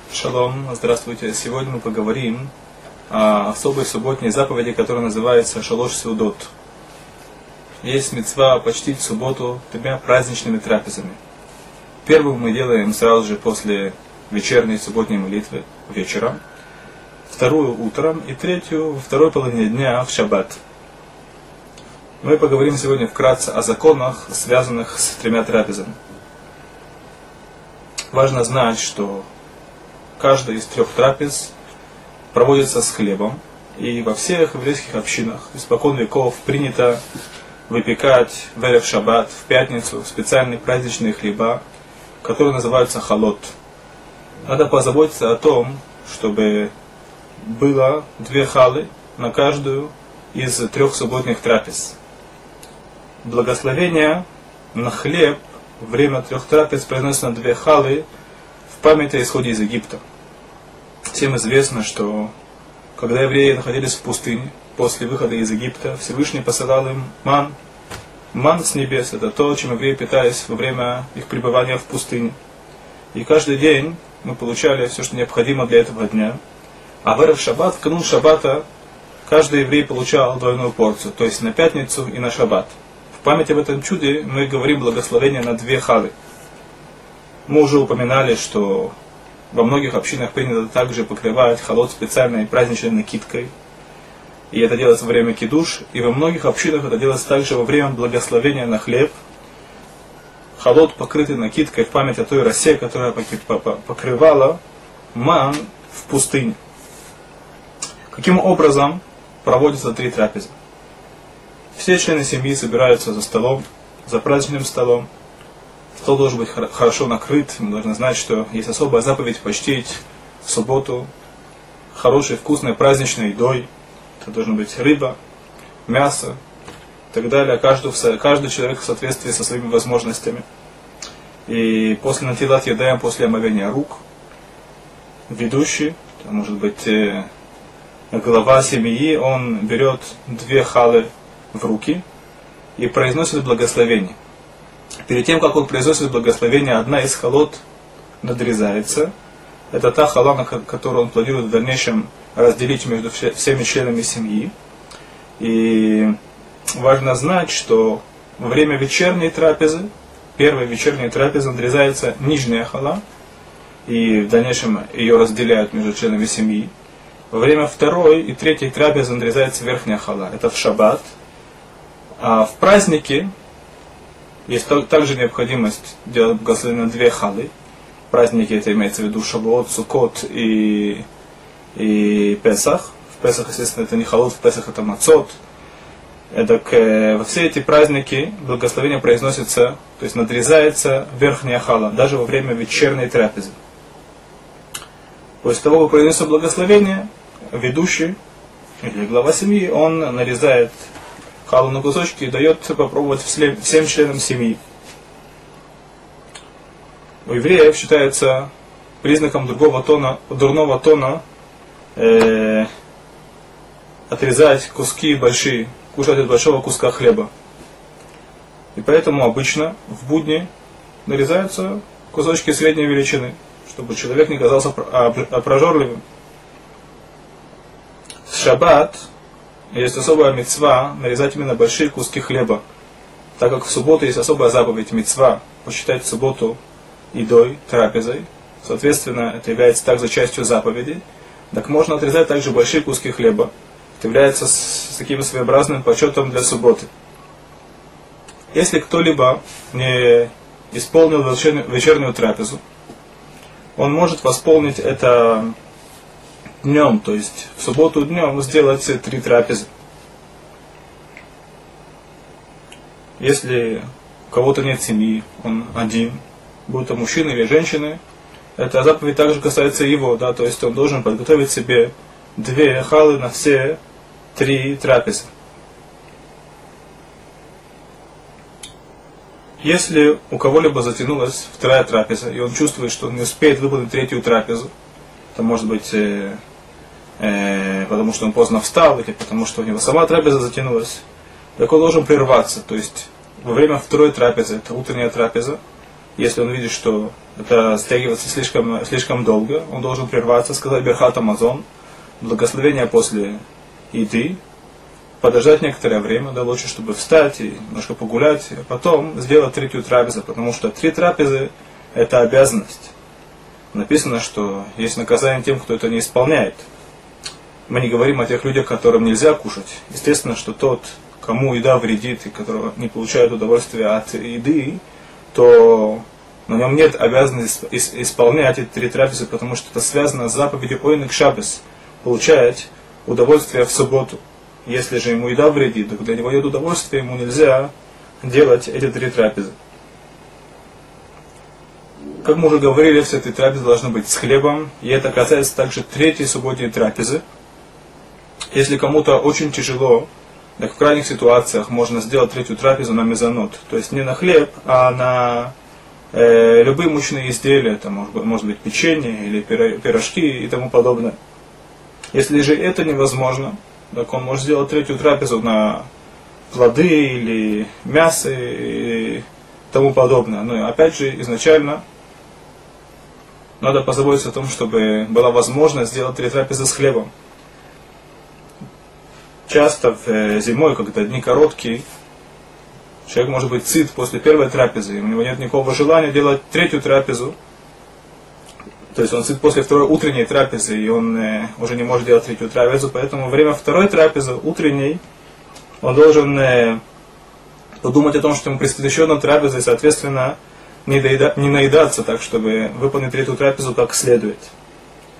Шалом, здравствуйте. Сегодня мы поговорим о особой субботней заповеди, которая называется Шалош Сеудот. Есть мицва почтить субботу тремя праздничными трапезами. Первую мы делаем сразу же после вечерней субботней молитвы вечером, вторую утром и третью во второй половине дня в шаббат. Мы поговорим сегодня вкратце о законах, связанных с тремя трапезами. Важно знать, что каждая из трех трапез проводится с хлебом, и во всех еврейских общинах испокон веков принято выпекать в эрев шаббат, в пятницу, специальные праздничные хлеба, которые называются халот. Надо позаботиться о том, чтобы было 2 халы на каждую из 3 субботних трапез. Благословение на хлеб во время 3 трапез произносится на 2 халы в память о исходе из Египта. Всем известно, что когда евреи находились в пустыне, после выхода из Египта, Всевышний посылал им ман. Ман с небес – это то, чем евреи питались во время их пребывания в пустыне. И каждый день мы получали все, что необходимо для этого дня. А в эрев шаббат, в канун шаббата, каждый еврей получал двойную порцию, то есть на пятницу и на шаббат. В память об этом чуде мы говорим благословение на 2 халы. Мы уже упоминали, что во многих общинах принято также покрывать халот специальной праздничной накидкой. И это делается во время кидуш. И во многих общинах это делается также во время благословения на хлеб. Халот, покрытый накидкой в память о той росе, которая покрывала ман в пустыне. Каким образом проводятся 3 трапезы? Все члены семьи собираются за столом, за праздничным столом. Стол должен быть хорошо накрыт. Мы должны знать, что есть особая заповедь почтить в субботу хорошей, вкусной, праздничной едой. Это должна быть рыба, мясо и так далее. Каждый человек в соответствии со своими возможностями. И после натилат едаем, после омовения рук, ведущий, это может быть глава семьи, он берет 2 халы в руки и произносит благословение. Перед тем, как он произносит благословение, одна из халот надрезается. Это та хала, которую он планирует в дальнейшем разделить между всеми членами семьи. И важно знать, что во время вечерней трапезы, первой вечерней трапезы, надрезается нижняя хала, и в дальнейшем ее разделяют между членами семьи. Во время второй и третьей трапезы надрезается верхняя хала. Это в шаббат. А в праздники есть также необходимость делать благословение на 2 халы. Праздники, это имеется в виду Шавуот, Суккот и Песах. В Песах, естественно, это не халот, в Песах это мацот. Во все эти праздники благословение произносится, то есть надрезается верхняя хала, даже во время вечерней трапезы. После того, как произносится благословение, ведущий или глава семьи, он нарезает халу на кусочки и дает попробовать всем членам семьи. У евреев считается признаком дурного тона отрезать куски большие, кушать от большого куска хлеба. И поэтому обычно в будни нарезаются кусочки средней величины, чтобы человек не казался прожорливым. В шаббат есть особая мицва нарезать именно большие куски хлеба, так как в субботу есть особая заповедь мицва посчитать субботу едой, трапезой. Соответственно, это является также частью заповеди. Так можно отрезать также большие куски хлеба. Это является с таким своеобразным почетом для субботы. Если кто-либо не исполнил вечернюю трапезу, он может восполнить это днем, то есть в субботу днем сделать 3 трапезы. Если у кого-то нет семьи, он один, будь то мужчина или женщина, эта заповедь также касается его, да, то есть он должен подготовить себе 2 халы на все 3 трапезы. Если у кого-либо затянулась 2 трапеза, и он чувствует, что он не успеет выполнить 3 трапезу, это может быть потому что он поздно встал, или потому что у него сама трапеза затянулась, так он должен прерваться. То есть во время 2 трапезы, это утренняя трапеза, Если он видит, что это стягивается слишком долго, он должен прерваться, сказать Берхат Амазон, благословение после еды, подождать некоторое время, да, лучше, чтобы встать и немножко погулять, а потом сделать третью трапезу, потому что 3 трапезы – это обязанность. Написано, что есть наказание тем, кто это не исполняет. Мы не говорим о тех людях, которым нельзя кушать. Естественно, что тот, кому еда вредит и который не получает удовольствия от еды, то на нем нет обязанности исполнять эти 3 трапезы, потому что это связано с заповедью Ойнек Шабес, получать удовольствие в субботу. Если же ему еда вредит, то для него нет удовольствия, ему нельзя делать эти 3 трапезы. Как мы уже говорили, все 3 трапезы должны быть с хлебом, и это касается также 3-й субботней трапезы. Если кому-то очень тяжело, так в крайних ситуациях можно сделать 3-ю трапезу на мезонот, то есть не на хлеб, а на любые мучные изделия, это может быть печенье или пирожки и тому подобное. Если же это невозможно, так он может сделать 3-ю трапезу на плоды или мясо и тому подобное. Но опять же, изначально надо позаботиться о том, чтобы была возможность сделать 3 трапезы с хлебом. Часто зимой, когда дни короткие, человек может быть сыт после 1-й трапезы, и у него нет никакого желания делать 3-ю трапезу. То есть он сыт после 2-й утренней трапезы, и он уже не может делать 3-ю трапезу, поэтому во время 2-й трапезы, утренней, он должен подумать о том, что ему предстоит еще 1 трапеза, и, соответственно, не наедаться так, чтобы выполнить 3-ю трапезу как следует.